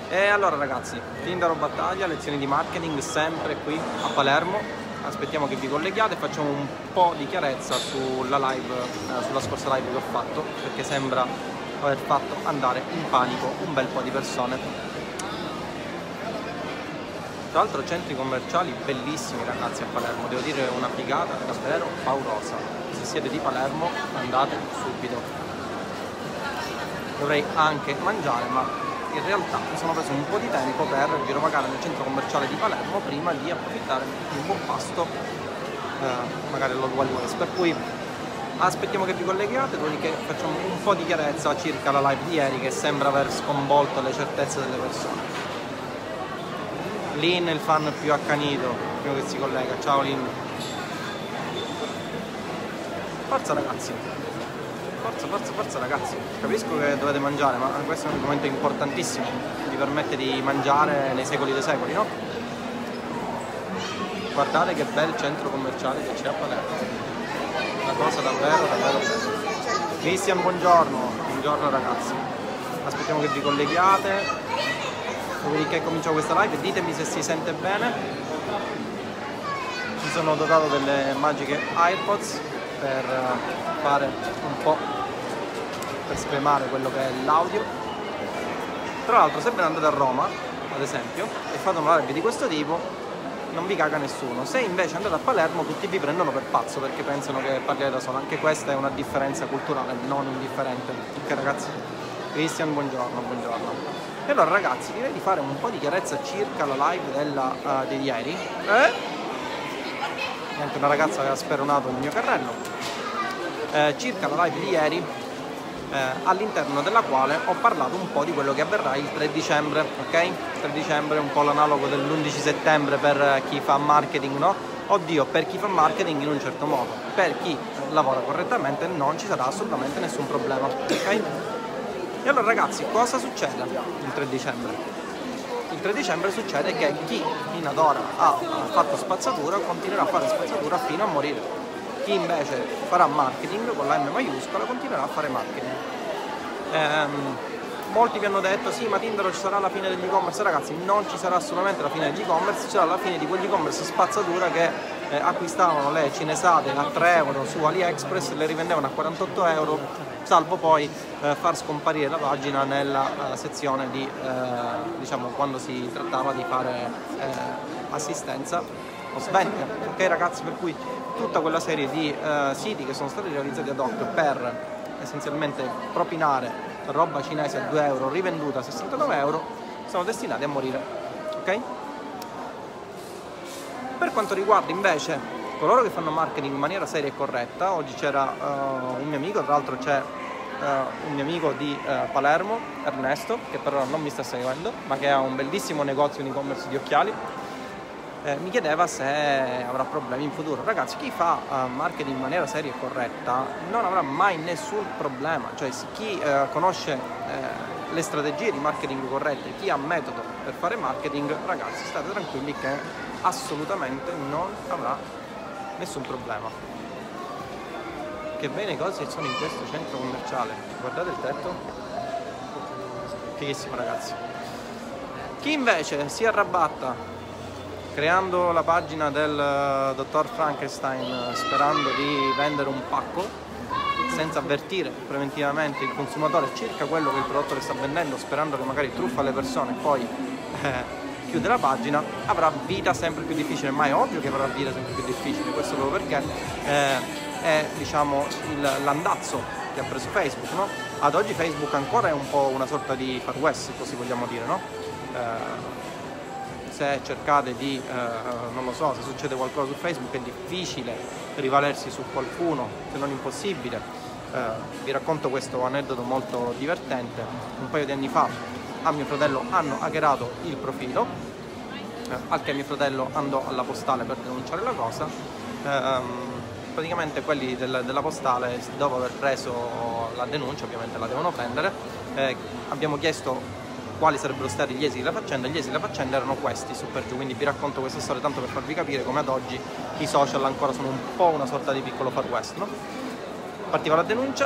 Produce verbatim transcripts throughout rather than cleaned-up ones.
E allora ragazzi, Tindaro Battaglia, lezioni di marketing sempre qui a Palermo. Aspettiamo che vi colleghiate e facciamo un po' di chiarezza sulla live, eh, sulla scorsa live che ho fatto, perché sembra aver fatto andare in panico un bel po' di persone. Tra l'altro centri commerciali bellissimi ragazzi a Palermo, devo dire una figata davvero paurosa. Se siete di Palermo andate subito. Dovrei anche mangiare, ma in realtà mi sono preso un po' di tempo per girovagare nel centro commerciale di Palermo prima di approfittare di un buon pasto, eh, magari all'All Wild West. Per cui aspettiamo che vi colleghiate, dopodiché facciamo un po' di chiarezza circa la live di ieri che sembra aver sconvolto le certezze delle persone. Lin è il fan più accanito, prima che si collega. Ciao Lin. Forza ragazzi, forza, forza, forza ragazzi. Capisco che dovete mangiare, ma questo è un argomento importantissimo, vi permette di mangiare nei secoli dei secoli, no? Guardate che bel centro commerciale che c'è a Palermo. Una cosa davvero, davvero bella. Christian, buongiorno. Buongiorno ragazzi. Aspettiamo che vi colleghiate. Dopodiché cominciamo questa live, ditemi se si sente bene. Mi sono dotato delle magiche AirPods per fare un po', per scremare quello che è l'audio. Tra l'altro se ben andate a Roma, ad esempio, e fate una live di questo tipo, non vi caga nessuno. Se invece andate a Palermo tutti vi prendono per pazzo perché pensano che parliate da solo. Anche questa è una differenza culturale non indifferente. Ok ragazzi? Christian, buongiorno, buongiorno. E allora ragazzi, direi di fare un po' di chiarezza circa la live della, uh, di ieri. Eh? Niente, una ragazza aveva speronato il mio carrello. Eh, circa la live di ieri, eh, all'interno della quale ho parlato un po' di quello che avverrà il tre dicembre, ok? Il tre dicembre è un po' l'analogo dell'undici settembre per chi fa marketing, no? Oddio, per chi fa marketing in un certo modo. Per chi lavora correttamente non ci sarà assolutamente nessun problema, ok? E allora ragazzi, cosa succede il tre dicembre? Il tre dicembre succede che chi fino ad ora ha fatto spazzatura continuerà a fare spazzatura fino a morire. Chi invece farà marketing con la M maiuscola continuerà a fare marketing. Ehm, molti vi hanno detto sì, ma Tindaro ci sarà la fine degli e-commerce. Ragazzi, non ci sarà assolutamente la fine degli e-commerce, ci sarà la fine di quegli e-commerce spazzatura che eh, acquistavano le cinesate a tre euro su AliExpress, le rivendevano a quarantotto euro, salvo poi eh, far scomparire la pagina nella uh, sezione di, eh, diciamo, quando si trattava di fare eh, assistenza o svendita. Ok ragazzi, per cui tutta quella serie di uh, siti che sono stati realizzati ad hoc per essenzialmente propinare roba cinese a due euro rivenduta a sessantanove euro sono destinati a morire, ok? Per quanto riguarda invece coloro che fanno marketing in maniera seria e corretta, oggi c'era uh, un mio amico, tra l'altro c'è uh, un mio amico di uh, Palermo, Ernesto, che però non mi sta seguendo, ma che ha un bellissimo negozio in e-commerce di occhiali, eh, mi chiedeva se avrà problemi in futuro. Ragazzi, chi fa uh, marketing in maniera seria e corretta non avrà mai nessun problema, cioè chi uh, conosce uh, le strategie di marketing corrette, chi ha metodo per fare marketing, ragazzi state tranquilli che assolutamente non avrà nessun problema. Che bei negozi sono in questo centro commerciale, guardate il tetto, fighissimo ragazzi. Chi invece si arrabatta creando la pagina del dottor Frankenstein sperando di vendere un pacco senza avvertire preventivamente il consumatore circa quello che il prodotto le sta vendendo, sperando che magari truffa le persone e poi eh, chiude la pagina, avrà vita sempre più difficile. Ma è ovvio che avrà vita sempre più difficile, questo proprio perché eh, è diciamo l'andazzo che ha preso Facebook, no? Ad oggi Facebook ancora è un po' una sorta di Far West, così vogliamo dire, no? Eh, se cercate di, eh, non lo so, se succede qualcosa su Facebook è difficile rivalersi su qualcuno, se non impossibile. Eh, vi racconto questo aneddoto molto divertente. Un paio di anni fa a mio fratello hanno hackerato il profilo, eh, al che mio fratello andò alla postale per denunciare la cosa. Eh, praticamente quelli del, della postale, dopo aver preso la denuncia, ovviamente la devono prendere, eh, abbiamo chiesto quali sarebbero stati gli esiti della faccenda. Gli esiti della faccenda erano questi, su per giù, quindi vi racconto questa storia tanto per farvi capire come ad oggi i social ancora sono un po' una sorta di piccolo Far West, no? Partiva la denuncia,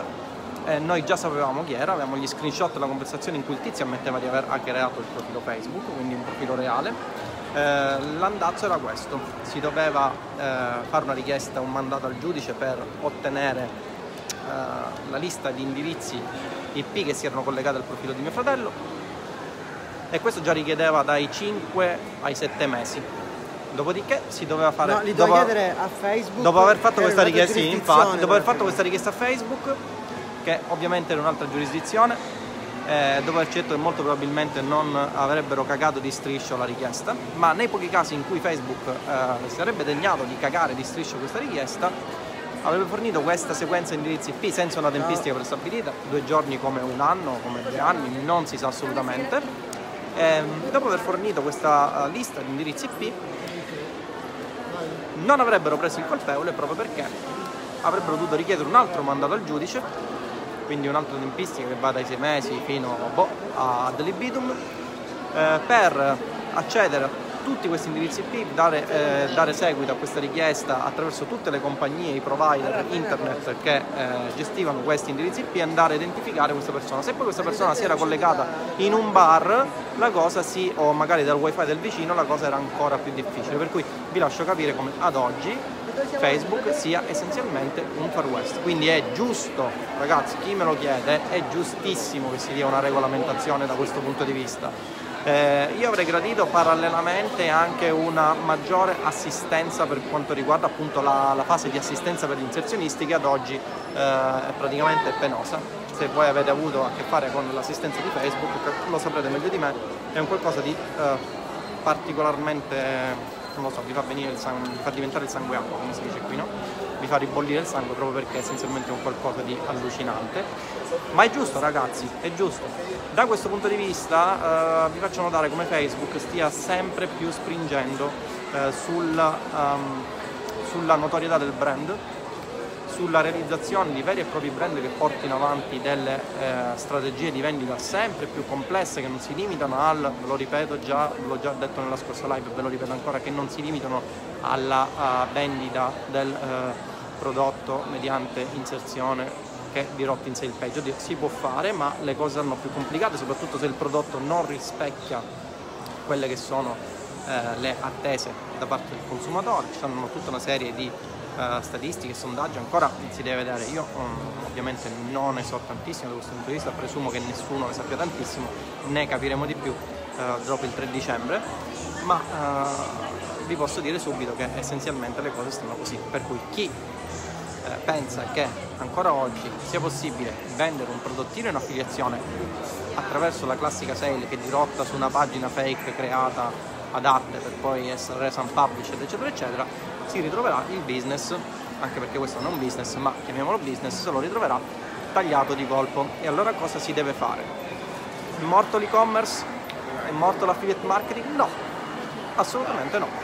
Eh, noi già sapevamo chi era, avevamo gli screenshot della conversazione in cui il tizio ammetteva di aver hackerato il profilo Facebook, quindi un profilo reale. Eh, l'andazzo era questo: si doveva eh, fare una richiesta, un mandato al giudice per ottenere eh, la lista di indirizzi I P che si erano collegati al profilo di mio fratello, e questo già richiedeva dai cinque ai sette mesi. Dopodiché si doveva fare... No, li devo dopo, chiedere a Facebook. Dopo aver fatto questa richiesta, sì, infatti, dopo aver fatto perché... questa richiesta a Facebook, che ovviamente era un'altra giurisdizione, eh, dopo aver detto che molto probabilmente non avrebbero cagato di striscio la richiesta, ma nei pochi casi in cui Facebook eh, si sarebbe degnato di cagare di striscio questa richiesta, avrebbe fornito questa sequenza di indirizzi I P senza una tempistica prestabilita, due giorni come un anno, come due anni, non si sa assolutamente. E, dopo aver fornito questa uh, lista di indirizzi I P, non avrebbero preso il colpevole proprio perché avrebbero dovuto richiedere un altro mandato al giudice, quindi un'altra tempistica che va dai sei mesi fino boh, ad libitum, eh, per accedere a tutti questi indirizzi I P, dare, eh, dare seguito a questa richiesta attraverso tutte le compagnie, i provider internet che eh, gestivano questi indirizzi I P, e andare a identificare questa persona. Se poi questa persona si era collegata in un bar, la cosa si, o magari dal wifi del vicino, la cosa era ancora più difficile, per cui vi lascio capire come ad oggi Facebook sia essenzialmente un far west. Quindi è giusto, ragazzi, chi me lo chiede, è giustissimo che si dia una regolamentazione da questo punto di vista. Eh, io avrei gradito parallelamente anche una maggiore assistenza per quanto riguarda appunto la, la fase di assistenza per gli inserzionisti, che ad oggi eh, è praticamente penosa. Se voi avete avuto a che fare con l'assistenza di Facebook, lo saprete meglio di me, è un qualcosa di eh, particolarmente, non lo so, vi fa venire il sangue, vi fa diventare il sangue acqua, come si dice qui, no? Vi fa ribollire il sangue, proprio perché è essenzialmente un qualcosa di allucinante. Ma è giusto, ragazzi, è giusto. Da questo punto di vista eh, vi faccio notare come Facebook stia sempre più spingendo eh, sulla, um, sulla notorietà del brand, sulla realizzazione di veri e propri brand che portino avanti delle eh, strategie di vendita sempre più complesse, che non si limitano al, ve lo ripeto già, l'ho già detto nella scorsa live, ve lo ripeto ancora, che non si limitano alla uh, vendita del uh, prodotto mediante inserzione che dirotta in sale page. Oddio, si può fare, ma le cose saranno più complicate, soprattutto se il prodotto non rispecchia quelle che sono eh, le attese da parte del consumatore. Ci sono tutta una serie di uh, statistiche, sondaggi, ancora si deve vedere. Io um, ovviamente non ne so tantissimo da questo punto di vista, presumo che nessuno ne sappia tantissimo, ne capiremo di più uh, dopo il tre dicembre, ma uh, vi posso dire subito che essenzialmente le cose stanno così, per cui chi Eh, pensa che ancora oggi sia possibile vendere un prodottino in affiliazione attraverso la classica sale che dirotta su una pagina fake creata ad arte per poi essere resa unpublished, eccetera eccetera, si ritroverà il business, anche perché questo non è un business, ma chiamiamolo business, se lo ritroverà tagliato di colpo. E allora cosa si deve fare? È morto l'e-commerce? È morto l'affiliate marketing? No, assolutamente no.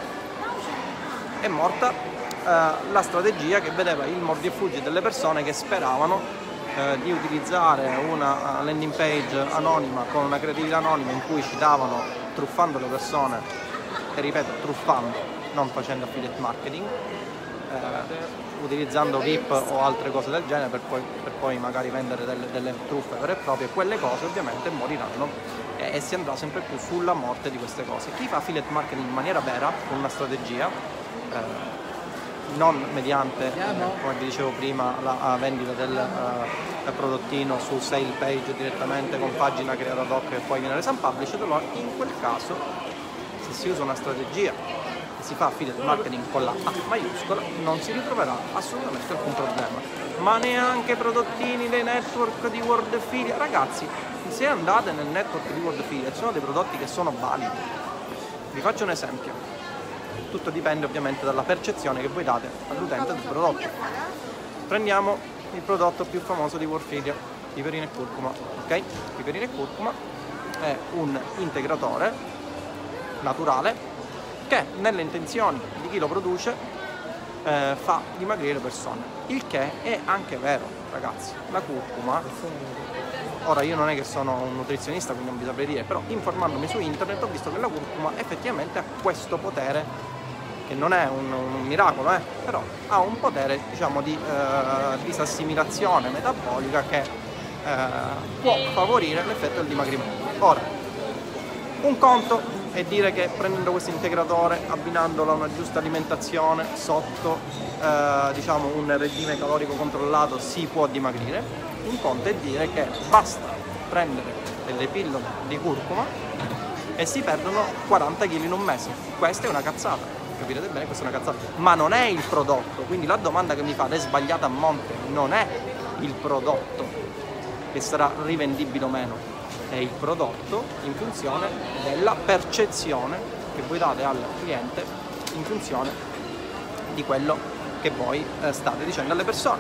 È morta la strategia che vedeva il mordi e fuggi delle persone che speravano eh, di utilizzare una landing page anonima con una creatività anonima in cui citavano, truffando le persone, e ripeto truffando, non facendo affiliate marketing, eh, utilizzando V I P o altre cose del genere per poi, per poi magari vendere delle, delle truffe vere e proprie. Quelle cose ovviamente moriranno e, e si andrà sempre più sulla morte di queste cose. Chi fa affiliate marketing in maniera vera, con una strategia, eh, non mediante, come vi dicevo prima, la vendita del uh, prodottino su sale page direttamente con pagina creata ad hoc e poi viene resa unpublished, allora in quel caso, se si usa una strategia e si fa affiliate marketing con la A maiuscola, non si ritroverà assolutamente alcun problema. Ma neanche prodottini dei network di World Affiliate. Ragazzi, se andate nel network di World Affiliate, sono dei prodotti che sono validi. Vi faccio un esempio. Tutto dipende ovviamente dalla percezione che voi date all'utente del prodotto. Prendiamo il prodotto più famoso di Warfilia, piperino e curcuma. Ok? Piperino e curcuma è un integratore naturale che nelle intenzioni di chi lo produce eh, fa dimagrire le persone. Il che è anche vero, ragazzi. La curcuma, ora io non è che sono un nutrizionista, quindi non vi saprei dire, però informandomi su internet ho visto che la curcuma effettivamente ha questo potere che non è un, un miracolo, eh, però ha un potere, diciamo, di eh, disassimilazione metabolica che eh, può favorire l'effetto del dimagrimento. Ora, un conto è dire che prendendo questo integratore, abbinandolo a una giusta alimentazione sotto eh, diciamo un regime calorico controllato, si può dimagrire. Un conto è dire che basta prendere delle pillole di curcuma e si perdono quaranta chili in un mese. Questa è una cazzata, capirete bene, questa è una cazzata, ma non è il prodotto. Quindi la domanda che mi fate è sbagliata a monte, non è il prodotto che sarà rivendibile o meno, è il prodotto in funzione della percezione che voi date al cliente, in funzione di quello che voi eh, state dicendo alle persone.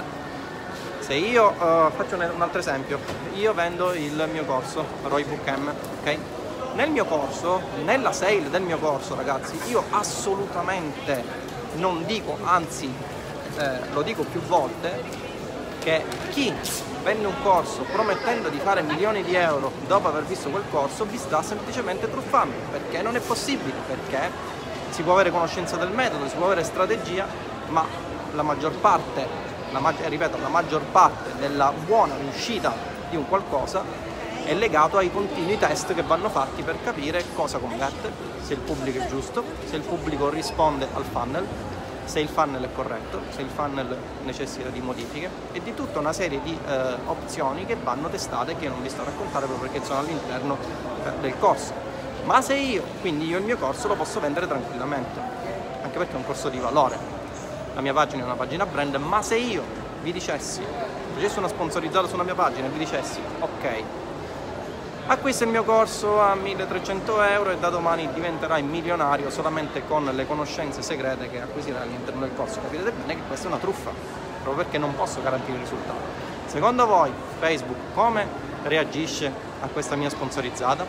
Se io eh, faccio un altro esempio, io vendo il mio corso Roybook M, ok? Nel mio corso, nella sale del mio corso, ragazzi, io assolutamente non dico, anzi eh, lo dico più volte, che chi vende un corso promettendo di fare milioni di euro dopo aver visto quel corso vi sta semplicemente truffando, perché non è possibile, perché si può avere conoscenza del metodo, si può avere strategia, ma la maggior parte, la mag- ripeto, la maggior parte della buona riuscita di un qualcosa è legato ai continui test che vanno fatti per capire cosa converte, se il pubblico è giusto, se il pubblico risponde al funnel, se il funnel è corretto, se il funnel necessita di modifiche e di tutta una serie di eh, opzioni che vanno testate, che io non vi sto a raccontare proprio perché sono all'interno eh, del corso. Ma se io, quindi io il mio corso lo posso vendere tranquillamente, anche perché è un corso di valore, la mia pagina è una pagina brand, ma se io vi dicessi, facessi una sponsorizzata sulla mia pagina e vi dicessi ok, acquista il mio corso a milletrecento euro e da domani diventerai milionario solamente con le conoscenze segrete che acquisirai all'interno del corso, capirete bene che questa è una truffa, proprio perché non posso garantire il risultato. Secondo voi Facebook come reagisce a questa mia sponsorizzata?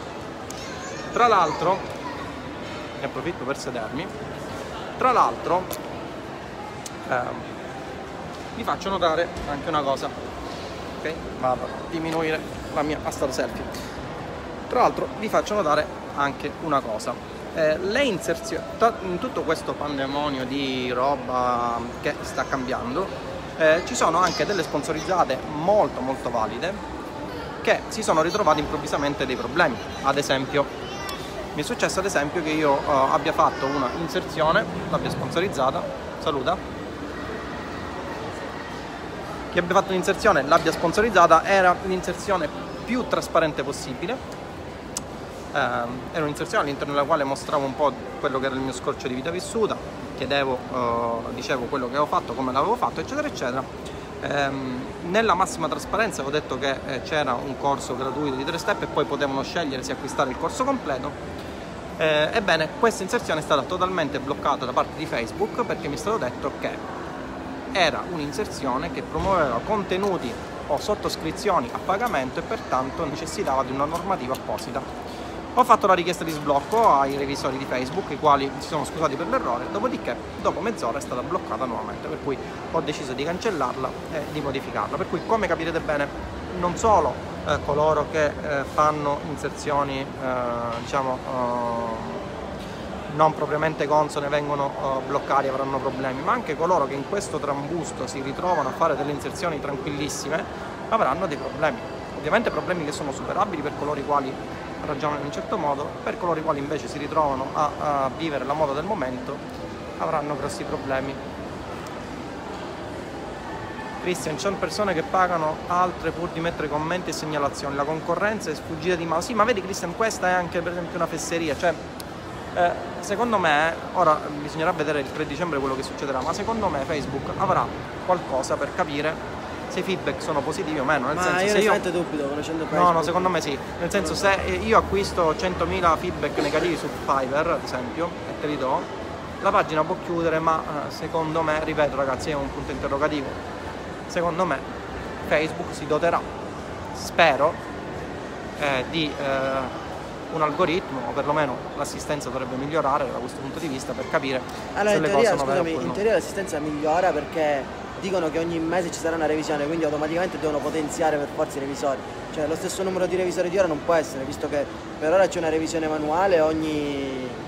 Tra l'altro, ne approfitto per sedermi, tra l'altro ehm, vi faccio notare anche una cosa, ok? Vado a diminuire la mia asta selfie. Tra l'altro vi faccio notare anche una cosa, eh, le inserzioni, in tutto questo pandemonio di roba che sta cambiando, eh, ci sono anche delle sponsorizzate molto molto valide che si sono ritrovate improvvisamente dei problemi. Ad esempio, mi è successo ad esempio che io uh, abbia fatto una inserzione, l'abbia sponsorizzata, saluta, che abbia fatto un'inserzione, l'abbia sponsorizzata, era l'inserzione più trasparente possibile, eh, era un'inserzione all'interno della quale mostravo un po' quello che era il mio scorcio di vita vissuta, chiedevo, eh, dicevo quello che avevo fatto, come l'avevo fatto, eccetera eccetera. Eh, nella massima trasparenza avevo detto che eh, c'era un corso gratuito di tre step e poi potevano scegliere se acquistare il corso completo. Eh, ebbene, questa inserzione è stata totalmente bloccata da parte di Facebook perché mi è stato detto che era un'inserzione che promuoveva contenuti o sottoscrizioni a pagamento e pertanto necessitava di una normativa apposita. Ho fatto la richiesta di sblocco ai revisori di Facebook, i quali si sono scusati per l'errore, dopodiché dopo mezz'ora è stata bloccata nuovamente, per cui ho deciso di cancellarla e di modificarla. Per cui, come capirete bene, non solo eh, coloro che eh, fanno inserzioni eh, diciamo eh, non propriamente consone vengono uh, bloccati e avranno problemi, ma anche coloro che in questo trambusto si ritrovano a fare delle inserzioni tranquillissime avranno dei problemi. Ovviamente problemi che sono superabili per coloro i quali ragionano in un certo modo, per coloro i quali invece si ritrovano a, a vivere la moda del momento avranno grossi problemi. Christian, ci sono persone che pagano altre pur di mettere commenti e segnalazioni, la concorrenza è sfuggita di mano. Sì, ma vedi Christian, questa è anche per esempio una fesseria, cioè Eh, secondo me, ora bisognerà vedere il tre dicembre quello che succederà, ma secondo me Facebook avrà qualcosa per capire se i feedback sono positivi o meno, nel ma senso, io se io dubito conoscendo Facebook. No, no, secondo me sì, nel senso, se io acquisto centomila feedback negativi su Fiverr, ad esempio, e te li do, la pagina può chiudere, ma eh, secondo me, ripeto ragazzi, è un punto interrogativo, secondo me Facebook si doterà, spero, eh, di eh, un algoritmo, o perlomeno l'assistenza dovrebbe migliorare da questo punto di vista per capire allora, se le teoria, cose sono vere oppure in no. teoria l'assistenza migliora perché dicono che ogni mese ci sarà una revisione, quindi automaticamente devono potenziare per forza i revisori, cioè lo stesso numero di revisori di ora non può essere, visto che per ora c'è una revisione manuale ogni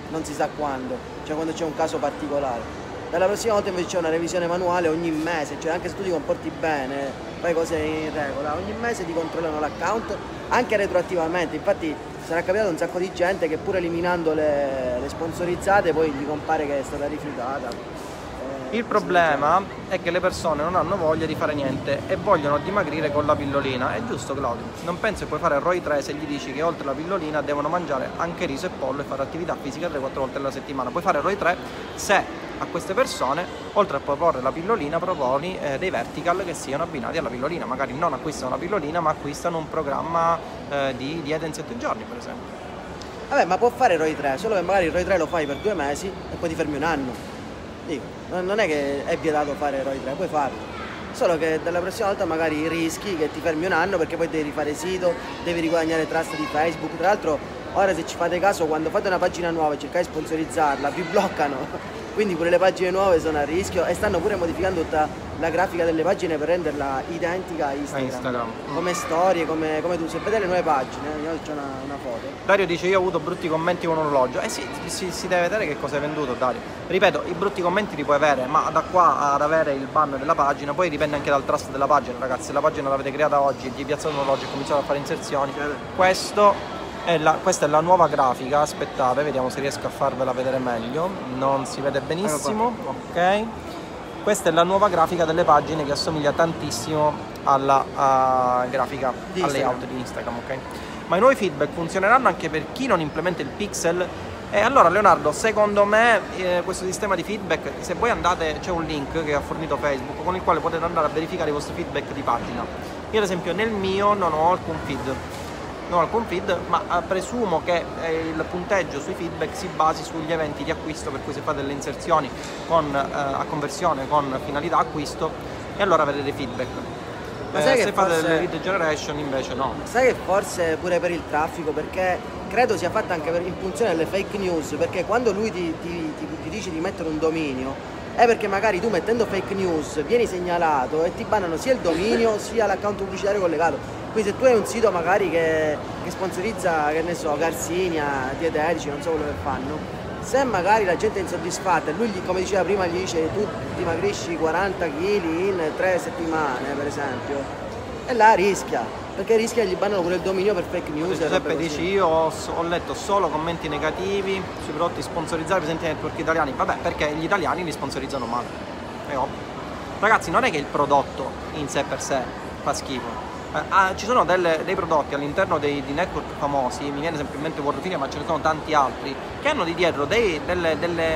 non si sa quando, cioè quando c'è un caso particolare. Dalla prossima volta invece c'è una revisione manuale ogni mese, cioè anche se tu ti comporti bene, fai cose in regola, ogni mese ti controllano l'account anche retroattivamente. Infatti sarà capitato un sacco di gente che pur eliminando le, le sponsorizzate poi gli compare che è stata rifiutata. Il problema è che le persone non hanno voglia di fare niente e vogliono dimagrire con la pillolina. È giusto, Claudio? Non penso che puoi fare ROI tre se gli dici che oltre la pillolina devono mangiare anche riso e pollo e fare attività fisica tre quattro volte alla settimana. Puoi fare ROI tre se a queste persone, oltre a proporre la pillolina, proponi eh, dei vertical che siano abbinati alla pillolina. Magari non acquistano la pillolina, ma acquistano un programma eh, di dieta in sette giorni, per esempio. Vabbè, ma può fare ROI tre, solo che magari il ROI tre lo fai per due mesi e poi ti fermi un anno. Dico, non è che è vietato fare ROI tre, puoi farlo, solo che dalla prossima volta magari rischi che ti fermi un anno perché poi devi rifare sito, devi riguadagnare trust di Facebook. Tra l'altro ora, se ci fate caso, quando fate una pagina nuova e cercate di sponsorizzarla vi bloccano, quindi pure le pagine nuove sono a rischio e stanno pure modificando tutta la grafica delle pagine per renderla identica a Instagram, a Instagram. Come storie, come, come tu, se vedete le nuove pagine, io c'ho una, una foto. Dario dice: io ho avuto brutti commenti con un orologio. Eh sì, si, si deve vedere che cosa hai venduto, Dario. Ripeto, i brutti commenti li puoi avere, ma da qua ad avere il ban della pagina poi dipende anche dal trust della pagina, ragazzi. Se la pagina l'avete creata oggi, gli piazzate un orologio e cominciate a fare inserzioni, certo. questo è la, questa è la nuova grafica. Aspettate, vediamo se riesco a farvela vedere meglio. Non si vede benissimo, ok. Questa è la nuova grafica delle pagine che assomiglia tantissimo alla uh, grafica, al layout di Instagram, ok? Ma i nuovi feedback funzioneranno anche per chi non implementa il pixel? E allora, Leonardo, secondo me eh, questo sistema di feedback, se voi andate, c'è un link che ha fornito Facebook con il quale potete andare a verificare i vostri feedback di pagina. Io ad esempio nel mio non ho alcun feed. Non ho alcun feed, ma eh, presumo che eh, il punteggio sui feedback si basi sugli eventi di acquisto, per cui se fate delle inserzioni con, eh, a conversione con finalità acquisto, e allora avete dei feedback. Ma eh, sai se che fate forse... delle lead generation invece no. Sai che forse pure per il traffico, perché credo sia fatta anche per, in funzione delle fake news, perché quando lui ti, ti, ti, ti dice di mettere un dominio è perché magari tu mettendo fake news vieni segnalato e ti bannano sia il dominio sia l'account pubblicitario collegato. Quindi se tu hai un sito magari che, che sponsorizza, che ne so, Garcinia, dietetici, non so quello che fanno, se magari la gente è insoddisfatta e lui, gli, come diceva prima, gli dice tu dimagrisci quaranta chili in tre settimane, per esempio, e là rischia, perché rischia che gli bannano pure il dominio per fake news. Giuseppe dici: io ho, ho letto solo commenti negativi sui prodotti sponsorizzati presenti nei network italiani. Vabbè, perché gli italiani li sponsorizzano male, è ovvio. Ragazzi, non è che il prodotto in sé per sé fa schifo. Eh, ah, ci sono delle, dei prodotti all'interno dei, di network famosi, mi viene sempre in mente World ma ce ne sono tanti altri, che hanno di dietro dei, delle, delle,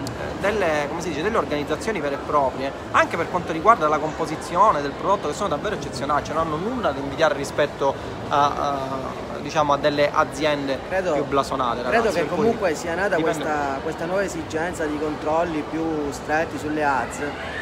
delle, come si dice, delle organizzazioni vere e proprie, anche per quanto riguarda la composizione del prodotto, che sono davvero eccezionali, cioè non hanno nulla da invidiare rispetto a, a, diciamo, a delle aziende credo, più blasonate. Credo ragazzi, che comunque sia nata dipende... questa, questa nuova esigenza di controlli più stretti sulle ads,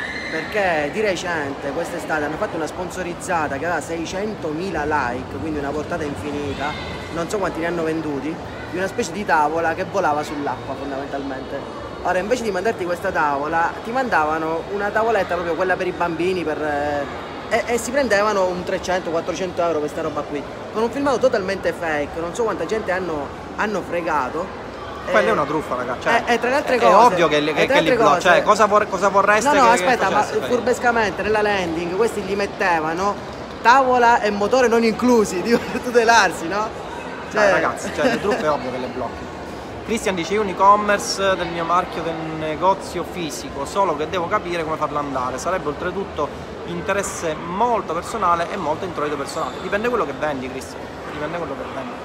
perché di recente quest'estate hanno fatto una sponsorizzata che aveva seicentomila like, quindi una portata infinita, non so quanti ne hanno venduti, di una specie di tavola che volava sull'acqua fondamentalmente. Ora invece di mandarti questa tavola ti mandavano una tavoletta proprio quella per i bambini per, eh, e, e si prendevano un trecento quattrocento euro questa roba qui, con un filmato totalmente fake, non so quanta gente hanno, hanno fregato. Quella è una truffa, ragazzi. Cioè, e, e tra le altre è, cose, è ovvio che, che, che li blocca. Cioè, cosa, vor, cosa vorreste no, no, che, aspetta, che ma facesse, furbescamente nella landing questi gli mettevano tavola e motore non inclusi, di tutelarsi, no? Cioè, no, ragazzi, cioè, le truffe è ovvio che le blocchi. Cristian dice: io un e-commerce del mio marchio del negozio fisico, solo che devo capire come farlo andare. Sarebbe oltretutto interesse molto personale e molto introito personale. Dipende quello che vendi, Cristian. Dipende quello che vendi.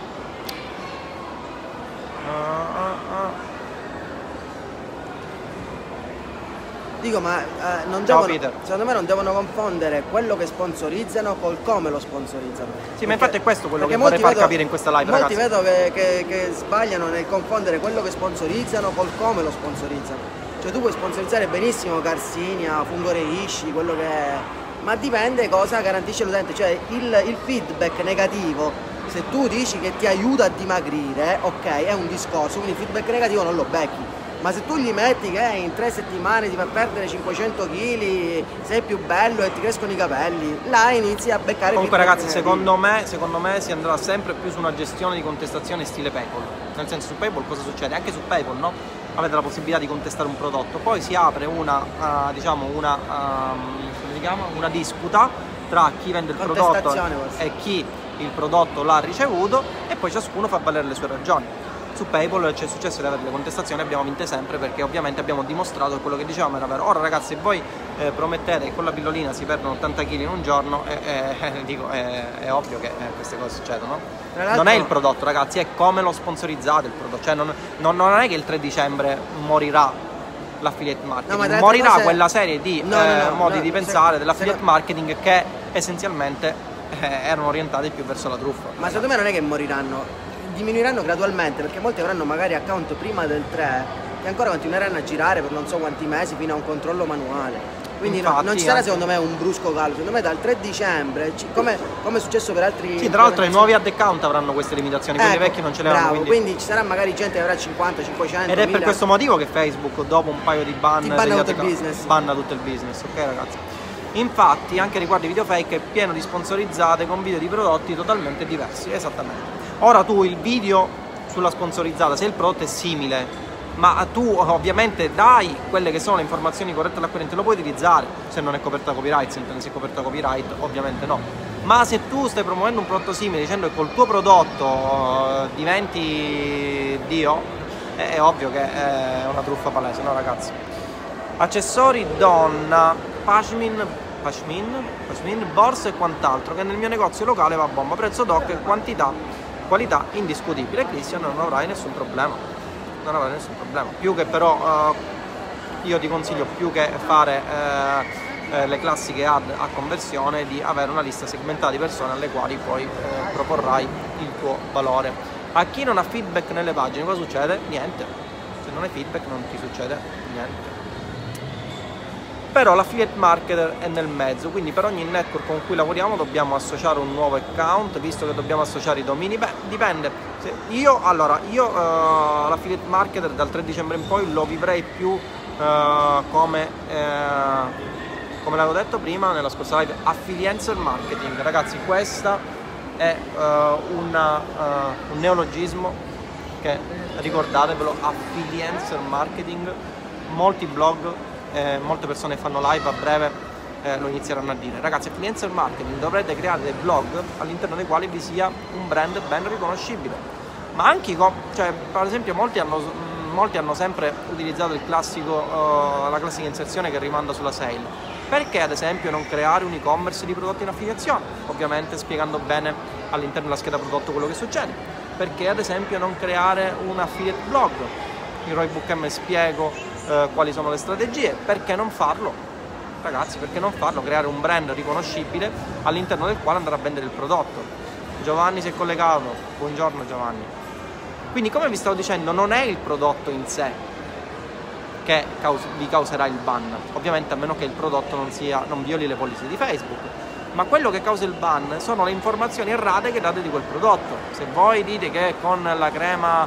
Uh, uh, uh. Dico, ma eh, non Ciao, devono, secondo me non devono confondere quello che sponsorizzano col come lo sponsorizzano. Sì, perché, ma infatti è questo quello che vorrei far vedo, capire in questa live, molti ragazzi. Molti vedo che, che, che sbagliano nel confondere quello che sponsorizzano col come lo sponsorizzano. Cioè tu puoi sponsorizzare benissimo Garcinia, Fungore Ishi, quello che è, ma dipende cosa garantisce l'utente. Cioè il, il feedback negativo se tu dici che ti aiuta a dimagrire, ok, è un discorso, quindi il feedback negativo non lo becchi. Ma se tu gli metti che in tre settimane ti fa perdere cinquecento chili, sei più bello e ti crescono i capelli, là inizi a beccare. Comunque ragazzi, secondo me, secondo me si andrà sempre più su una gestione di contestazione stile PayPal. Nel senso, su PayPal cosa succede? Anche su PayPal, no? Avete la possibilità di contestare un prodotto, poi si apre una, uh, diciamo, una, um, come si chiama? Una disputa tra chi vende il prodotto e chi il prodotto l'ha ricevuto e poi ciascuno fa valere le sue ragioni. Su PayPal ci è successo di avere le contestazioni, abbiamo vinte sempre perché ovviamente abbiamo dimostrato che quello che dicevamo era vero. Ora ragazzi, se voi eh, promettete che con la pillolina si perdono ottanta chili in un giorno, eh, eh, dico, eh, è ovvio che eh, queste cose succedono. Non è il prodotto ragazzi, è come lo sponsorizzate il prodotto, cioè non, non, non è che il tre dicembre morirà l'affiliate marketing, no, morirà cose... quella serie di no, eh, no, no, modi no, di pensare se, dell'affiliate se... marketing che essenzialmente eh, erano orientati più verso la truffa. Ma secondo me non è che moriranno, diminuiranno gradualmente, perché molti avranno magari account prima del tre che ancora continueranno a girare per non so quanti mesi fino a un controllo manuale. Quindi infatti, no, non ci sarà secondo me un brusco calo, secondo me dal tre dicembre, come, come è successo per altri... Sì, tra l'altro i nuovi ad account avranno queste limitazioni, quelli ecco, vecchi non ce le hanno. Quindi... quindi ci sarà magari gente che avrà cinquanta, cinquecento... Ed è per questo motivo che Facebook dopo un paio di ban... Ti banna tutto il business. Banna tutto il business, ok ragazzi? Infatti anche riguardo i video fake è pieno di sponsorizzate con video di prodotti totalmente diversi, esattamente. Ora tu il video sulla sponsorizzata, se il prodotto è simile, ma tu ovviamente dai quelle che sono le informazioni corrette all'acquirente, lo puoi utilizzare, se non è coperta copyright, se non è coperta copyright ovviamente no. Ma se tu stai promuovendo un prodotto simile dicendo che col tuo prodotto uh, diventi Dio, è, è ovvio che è una truffa palese, no ragazzi? Accessori donna, pashmin, pashmin, pashmin, borse e quant'altro, che nel mio negozio locale va a bomba, prezzo doc e quantità, qualità indiscutibile. Christian, non avrai nessun problema, non avrai nessun problema. Più che però uh, io ti consiglio, più che fare uh, uh, le classiche ad a conversione, di avere una lista segmentata di persone alle quali poi uh, proporrai il tuo valore. A chi non ha feedback nelle pagine cosa succede? Niente. Se non hai feedback non ti succede niente. Però l'affiliate marketer è nel mezzo, quindi per ogni network con cui lavoriamo dobbiamo associare un nuovo account, visto che dobbiamo associare i domini. Beh, dipende. Se io, allora, io uh, l'affiliate marketer dal tre dicembre in poi lo vivrei più uh, come, uh, come l'avevo detto prima nella scorsa live, affiliencer marketing. Ragazzi, questa è uh, una, uh, un neologismo che, ricordatevelo, affiliencer marketing, molti blog, Eh, molte persone fanno live a breve, eh, lo inizieranno a dire. Ragazzi, affiliencer marketing, dovrete creare dei blog all'interno dei quali vi sia un brand ben riconoscibile. Ma anche, cioè, per esempio, molti hanno, molti hanno sempre utilizzato il classico, uh, la classica inserzione che rimanda sulla sale. Perché ad esempio non creare un e-commerce di prodotti in affiliazione? Ovviamente spiegando bene all'interno della scheda prodotto quello che succede. Perché ad esempio non creare un affiliate blog? In Roybook M spiego eh, quali sono le strategie. Perché non farlo? Ragazzi, perché non farlo? Creare un brand riconoscibile all'interno del quale andrà a vendere il prodotto. Giovanni si è collegato, buongiorno Giovanni. Quindi, come vi stavo dicendo, non è il prodotto in sé che caus- vi causerà il ban, ovviamente a meno che il prodotto non, sia, non violi le policy di Facebook. Ma quello che causa il ban sono le informazioni errate che date di quel prodotto. Se voi dite che con la crema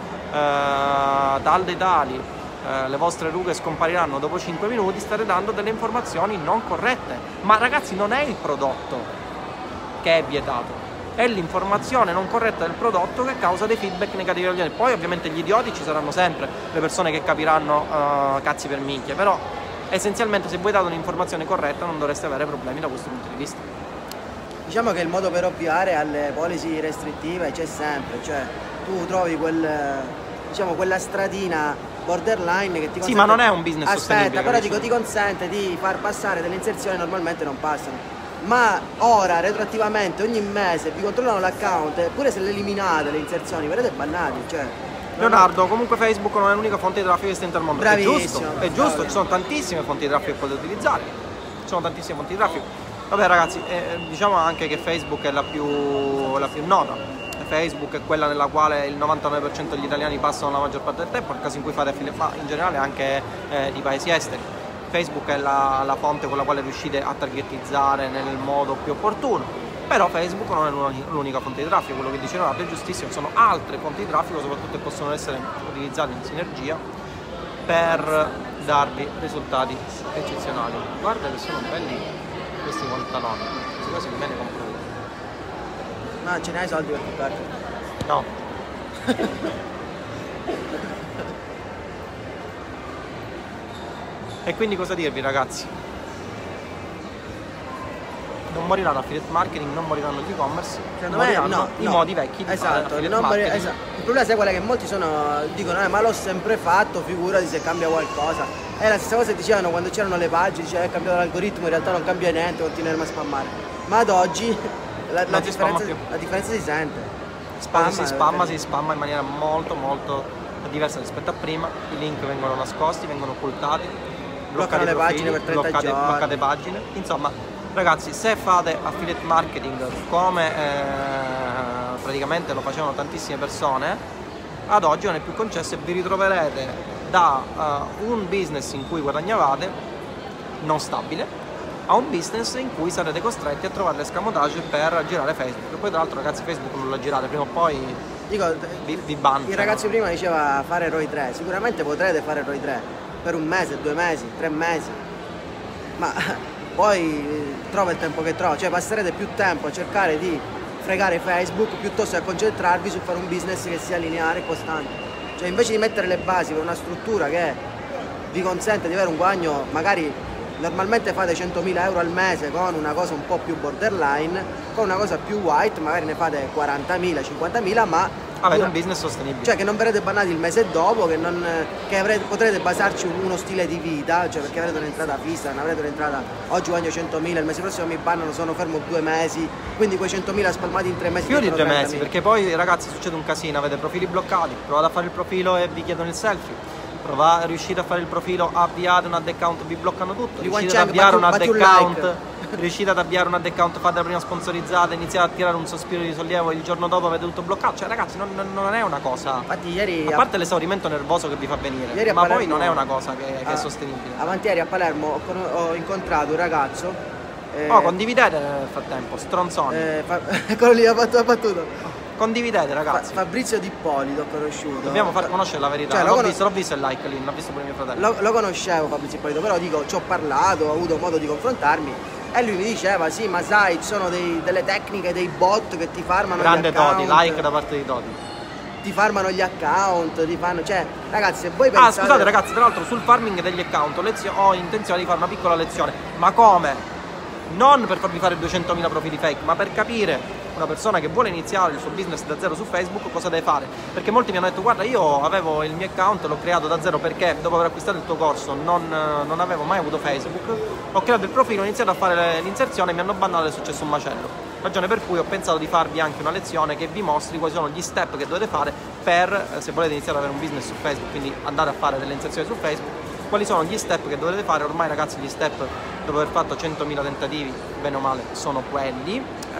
eh, tal dei tali eh, le vostre rughe scompariranno dopo cinque minuti, state dando delle informazioni non corrette. Ma ragazzi, non è il prodotto che è vietato, è l'informazione non corretta del prodotto che causa dei feedback negativi agli utenti. Poi ovviamente gli idioti ci saranno sempre, le persone che capiranno uh, cazzi per minchia, però essenzialmente se voi date un'informazione corretta non dovreste avere problemi da questo punto di vista. Diciamo che il modo per ovviare alle policy restrittive c'è sempre, cioè tu trovi quel, diciamo, quella stradina borderline che ti consente... Sì, ma non è un business Aspetta, sostenibile. Però dico, ti consente di far passare delle inserzioni che normalmente non passano. Ma ora, retroattivamente, ogni mese vi controllano l'account, pure se le eliminate le inserzioni, verrete bannati, cioè... Leonardo, comunque Facebook non è l'unica fonte di traffico esistente al mondo. Bravissimo. È giusto, è giusto, ci sono tantissime fonti di traffico che potete utilizzare. Ci sono tantissime fonti di traffico. Vabbè ragazzi, eh, diciamo anche che Facebook è la più, la più nota. Facebook è quella nella quale il novantanove per cento degli italiani passano la maggior parte del tempo, nel caso in cui fate affiliate, ma in generale anche eh, di paesi esteri. Facebook è la, la fonte con la quale riuscite a targetizzare nel modo più opportuno. Però Facebook non è l'unica fonte di traffico, quello che dice Leonardo è giustissimo, sono altre fonti di traffico, soprattutto che possono essere utilizzate in sinergia per darvi risultati eccezionali. Guarda che sono belli questi pantaloni, questi quasi me ne compro uno. Ma ce ne hai soldi per comprarti? No. E quindi cosa dirvi, ragazzi? Non moriranno affiliate marketing, non moriranno gli e-commerce, moriranno no, i no. modi vecchi di esatto, fare non mori- esatto. Il problema sai qual è? Che molti sono, dicono eh, ma l'ho sempre fatto, figurati se cambia qualcosa. È la stessa cosa che dicevano quando c'erano le pagine, diceva è cambiato l'algoritmo, in realtà non cambia niente, continueremo a spammare. Ma ad oggi la, la, differenza, la differenza si sente. Spamma, si spamma, si spamma in maniera molto molto diversa rispetto a prima, i link vengono nascosti, vengono occultati, bloccate le profili, pagine per trenta bloccate, giorni. bloccate pagine, insomma. Ragazzi, se fate affiliate marketing come eh, praticamente lo facevano tantissime persone, ad oggi non è più concesso e vi ritroverete da uh, un business in cui guadagnavate non stabile a un business in cui sarete costretti a trovare l'escamotage per girare Facebook. E poi tra l'altro, ragazzi, Facebook non lo girate, prima o poi Dico, vi, vi ban. Il ragazzo prima diceva fare ROI tre, sicuramente potrete fare ROI tre per un mese, due mesi, tre mesi, ma poi trova il tempo che trova, cioè passerete più tempo a cercare di fregare Facebook piuttosto che a concentrarvi su fare un business che sia lineare e costante. Cioè invece di mettere le basi per una struttura che vi consente di avere un guadagno, magari normalmente fate centomila euro al mese con una cosa un po' più borderline, con una cosa più white magari ne fate quarantamila, cinquantamila, ma avete un business sostenibile, cioè che non verrete bannati il mese dopo, che, non, che avrete, potrete basarci un, uno stile di vita, cioè perché avrete un'entrata fissa, non avrete un'entrata oggi guadagno centomila, il mese prossimo mi bannano, sono fermo due mesi, quindi quei centomila spalmati in tre mesi più di due mesi, perché poi ragazzi succede un casino, avete profili bloccati, provate a fare il profilo e vi chiedono il selfie, provate, riuscite a fare il profilo, avviate un ad account, vi bloccano tutto, riuscite ad avviare un ad account, riuscite ad avviare un ad account, fate la prima sponsorizzata, iniziate a tirare un sospiro di sollievo, il giorno dopo avete tutto bloccato, cioè ragazzi non, non è una cosa, infatti ieri a parte l'esaurimento nervoso che vi fa venire, ieri ma Palermo, poi non è una cosa che, che ah, è sostenibile. Avanti ieri a Palermo ho, ho incontrato un ragazzo, eh, oh condividete nel frattempo, stronzoni, eh, fa, eccolo lì, ha fatto la battuta. Condividete, ragazzi. Fa, Fabrizio Di Ippolito ho conosciuto. Dobbiamo far conoscere la verità. Cioè, l'ho, conos- visto, l'ho visto il like lì, l'ho visto pure mio fratello. Lo, lo conoscevo Fabrizio Di Ippolito, però dico, ci ho parlato, ho avuto modo di confrontarmi e lui mi diceva, sì, ma sai, ci sono dei, delle tecniche, dei bot che ti farmano grande gli account. Toti, like da parte di Toti. Ti farmano gli account, ti fanno, cioè, ragazzi, se voi pensate... Ah, scusate ragazzi, tra l'altro sul farming degli account lezio- ho intenzione di fare una piccola lezione. Ma come? Non per farvi fare duecentomila profili fake, ma per capire una persona che vuole iniziare il suo business da zero su Facebook cosa deve fare. Perché molti mi hanno detto, guarda, io avevo il mio account, l'ho creato da zero perché dopo aver acquistato il tuo corso non, non avevo mai avuto Facebook, ho creato il profilo, ho iniziato a fare l'inserzione e mi hanno bannato, è successo un macello. Ragione per cui ho pensato di farvi anche una lezione che vi mostri quali sono gli step che dovete fare per, se volete iniziare ad avere un business su Facebook, quindi andare a fare delle inserzioni su Facebook, quali sono gli step che dovete fare. Ormai ragazzi gli step, dopo aver fatto centomila tentativi, bene o male, sono quelli.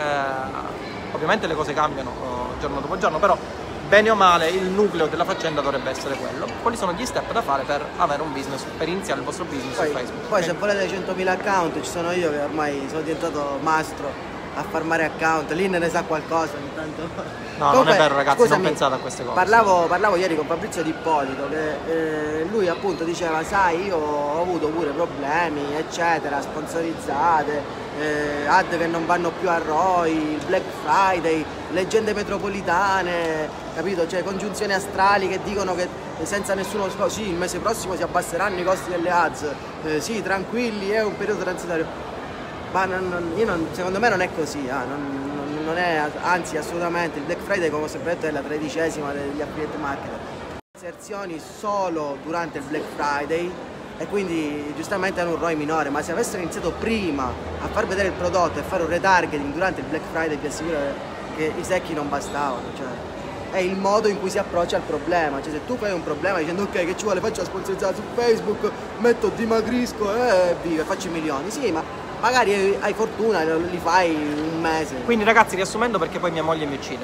Eh, ovviamente le cose cambiano uh, giorno dopo giorno, però bene o male il nucleo della faccenda dovrebbe essere quello. Quali sono gli step da fare per avere un business, per iniziare il vostro business poi, su Facebook? Poi okay. Se volete centomila account ci sono io che ormai sono diventato mastro a farmare account, lì ne sa qualcosa intanto. No, comunque, non è vero ragazzi, scusami, non pensate a queste cose. Parlavo, parlavo ieri con Fabrizio Di Ippolito che eh, lui appunto diceva, sai, io ho avuto pure problemi eccetera, sponsorizzate, eh, ad che non vanno più a ROI, il Black Friday, leggende metropolitane, capito? Cioè congiunzioni astrali che dicono che senza nessuno scopo, sì, il mese prossimo si abbasseranno i costi delle ads, eh, sì, tranquilli, è un periodo transitorio. Ma non, non, io non, secondo me non è così, ah, non, non, non è, anzi assolutamente, il Black Friday come ho sempre detto è la tredicesima degli affiliate marketer. Inserzioni solo durante il Black Friday e quindi giustamente hanno un ROI minore, ma se avessero iniziato prima a far vedere il prodotto e fare un retargeting durante il Black Friday vi assicuro che i secchi non bastavano, cioè è il modo in cui si approccia al problema. Cioè se tu fai un problema dicendo ok che ci vuole, faccio la sponsorizzata su Facebook, metto dimagrisco e viva, faccio i milioni, sì, ma magari hai fortuna, li fai un mese. Quindi ragazzi, riassumendo, perché poi mia moglie mi uccide,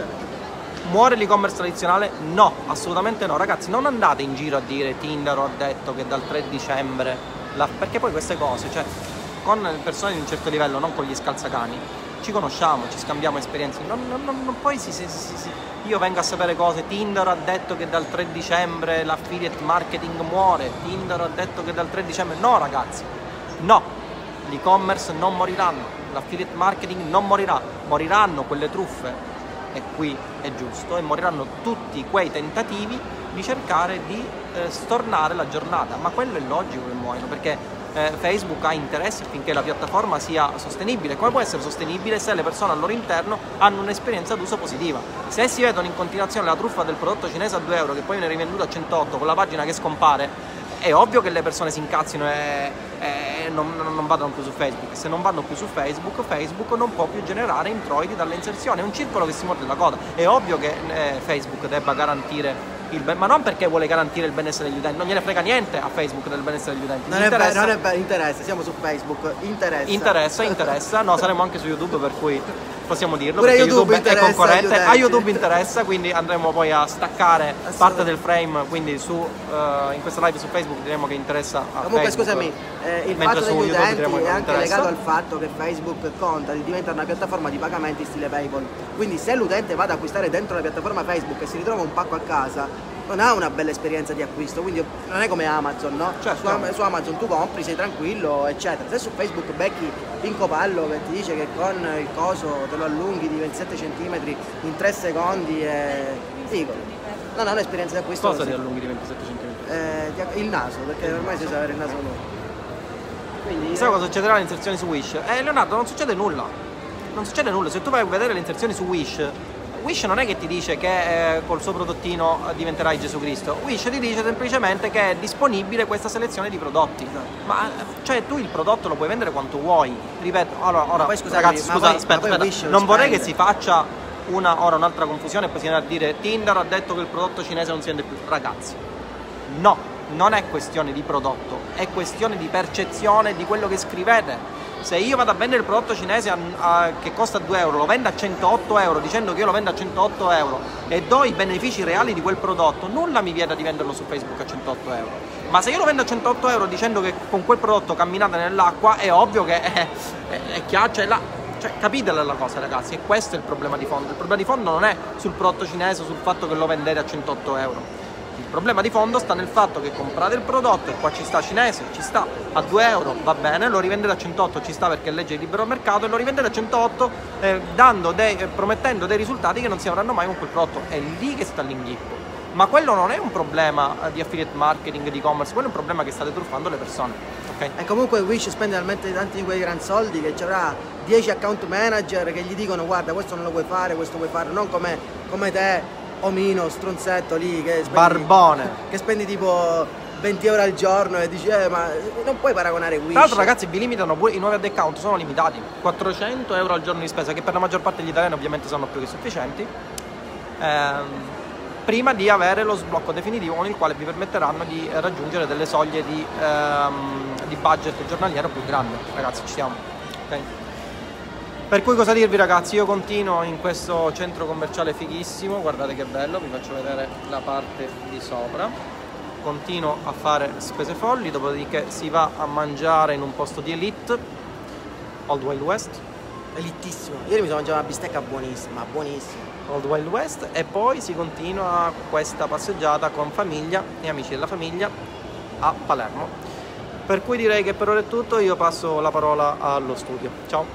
muore l'e-commerce tradizionale? No, assolutamente no. Ragazzi, non andate in giro a dire Tinder ha detto che dal tre dicembre la... perché poi queste cose, cioè con persone di un certo livello, non con gli scalzacani, ci conosciamo, ci scambiamo esperienze, non, non, non, non poi si, si, si, si, io vengo a sapere cose, Tinder ha detto che dal tre dicembre l'affiliate marketing muore, Tinder ha detto che dal tre dicembre, no ragazzi, no, l'e-commerce non moriranno, l'affiliate marketing non morirà, moriranno quelle truffe, e qui è giusto, e moriranno tutti quei tentativi di cercare di eh, stornare la giornata, ma quello è logico che muoiono, perché Eh, Facebook ha interesse affinché la piattaforma sia sostenibile. Come può essere sostenibile se le persone al loro interno hanno un'esperienza d'uso positiva? Se si vedono in continuazione la truffa del prodotto cinese a due euro che poi viene rivenduto a centootto con la pagina che scompare, è ovvio che le persone si incazzino e, e non, non vadano più su Facebook. Se non vanno più su Facebook, Facebook non può più generare introiti dalle inserzioni, è un circolo che si morde la coda. È ovvio che eh, Facebook debba garantire il ben, ma non perché vuole garantire il benessere degli utenti, non gliene frega niente a Facebook del benessere degli utenti. Non interessa, è vero, non è vero, interessa, siamo su Facebook, interessa. Interessa, interessa, no, saremo anche su YouTube, per cui possiamo dirlo, pure perché YouTube, YouTube è concorrente, a YouTube interessa. interessa, quindi andremo poi a staccare parte del frame, quindi su, uh, in questa live su Facebook diremo che interessa a Comunque Facebook. Scusami, eh, il Mentre fatto su degli YouTube utenti diremo che è non anche interessa. legato al fatto che Facebook conta di diventare una piattaforma di pagamenti stile PayPal, quindi se l'utente va ad acquistare dentro la piattaforma Facebook e si ritrova un pacco a casa, non ha una bella esperienza di acquisto, quindi non è come Amazon, no? Certo. Su, su Amazon tu compri, sei tranquillo, eccetera. Se su Facebook becchi Pinco Pallo che ti dice che con il coso te lo allunghi di ventisette centimetri in tre secondi, e dico, non ha un'esperienza di acquisto. Cosa così. ti allunghi di ventisette centimetri? Eh, il naso, perché ormai si sa avere il naso lungo. Quindi, Sai cosa succederà alle inserzioni su Wish? Eh Leonardo, non succede nulla. Non succede nulla. Se tu vai a vedere le inserzioni su Wish, Wish non è che ti dice che eh, col suo prodottino diventerai Gesù Cristo. Wish ti dice semplicemente che è disponibile questa selezione di prodotti. Ma cioè tu il prodotto lo puoi vendere quanto vuoi. Ripeto, allora, ora poi, scusami, ragazzi, ma scusa, poi- aspetta, ma poi aspetta. Wish Non vorrei spende. che si faccia una ora un'altra confusione e poi si viene a dire Tinder ha detto che il prodotto cinese non si vende più. Ragazzi, no, non è questione di prodotto, è questione di percezione di quello che scrivete. Se io vado a vendere il prodotto cinese a, a, che costa due euro, lo vendo a centootto euro dicendo che io lo vendo a centootto euro e do i benefici reali di quel prodotto, nulla mi vieta di venderlo su Facebook a centootto euro. Ma se io lo vendo a centootto euro dicendo che con quel prodotto camminate nell'acqua, è ovvio che è, è, è chiaro, cioè, la, cioè capite la cosa ragazzi, e questo è il problema di fondo. Il problema di fondo non è sul prodotto cinese o sul fatto che lo vendete a centootto euro. Il problema di fondo sta nel fatto che comprate il prodotto, e qua ci sta cinese, ci sta a due euro, va bene, lo rivendete a centootto, ci sta perché è legge di libero mercato, e lo rivendete a centootto eh, dando dei, eh, promettendo dei risultati che non si avranno mai con quel prodotto. È lì che sta l'inghippo. Ma quello non è un problema eh, di affiliate marketing, di e-commerce, quello è un problema che state truffando le persone. Okay? E comunque Wish spende talmente tanti di quei gran soldi che ci avrà dieci account manager che gli dicono guarda questo non lo puoi fare, questo puoi fare, non come, come te, omino, stronzetto lì che spendi, Barbone. che spendi tipo venti euro al giorno e dici eh ma non puoi paragonare Wish. Tra l'altro ragazzi vi limitano pure, i nuovi ad account sono limitati, quattrocento euro al giorno di spesa, che per la maggior parte degli italiani ovviamente sono più che sufficienti, ehm, prima di avere lo sblocco definitivo con il quale vi permetteranno di raggiungere delle soglie di, ehm, di budget giornaliero più grandi. Ragazzi, ci siamo, ok? Per cui cosa dirvi ragazzi, io continuo in questo centro commerciale fighissimo, guardate che bello, vi faccio vedere la parte di sopra, continuo a fare spese folli, dopodiché si va a mangiare in un posto di elite, Old Wild West, Elitissimo. Ieri mi sono mangiato una bistecca buonissima, buonissima. Old Wild West, e poi si continua questa passeggiata con famiglia e amici della famiglia a Palermo. Per cui direi che per ora è tutto, io passo la parola allo studio, ciao!